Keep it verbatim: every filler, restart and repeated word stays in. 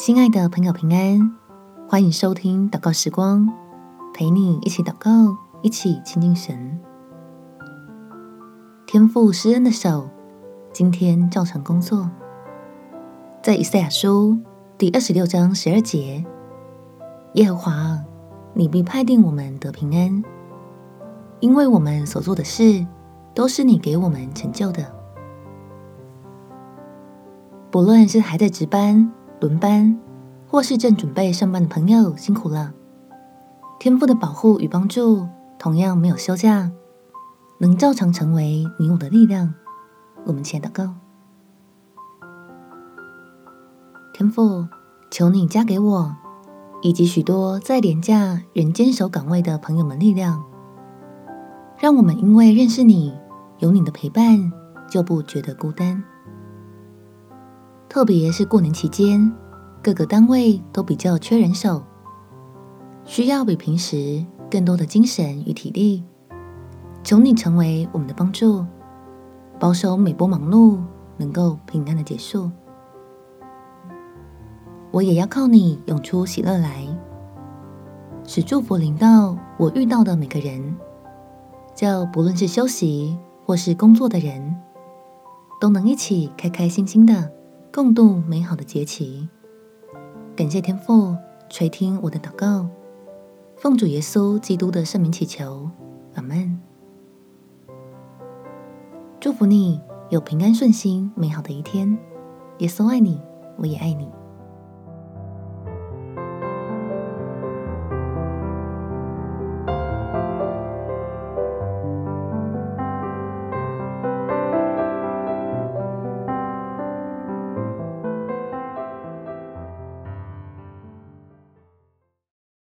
亲爱的朋友平安，欢迎收听祷告时光，陪你一起祷告，一起亲近神。天父施恩的手，今天照常工作。在以赛亚书第二十六章十二节，耶和华，你必派定我们得平安，因为我们所做的事，都是你给我们成就的。不论是还在值班、轮班，或是正准备上班的朋友，辛苦了。天父的保护与帮助同样没有休假，能照常成为你我的力量。我们且祷告。天父，求你加给我以及许多在连假仍坚守岗位的朋友们力量，让我们因为认识你，有你的陪伴，就不觉得孤单。特别是过年期间，各个单位都比较缺人手，需要比平时更多的精神与体力。求你成为我们的帮助，保守每波忙碌能够平安的结束。我也要靠你涌出喜乐来，使祝福临到我遇到的每个人，叫不论是休息或是工作的人，都能一起开开心心的共度美好的节期。感谢天父垂听我的祷告，奉主耶稣基督的圣名祈求，阿们。祝福你有平安顺心美好的一天。耶稣爱你，我也爱你。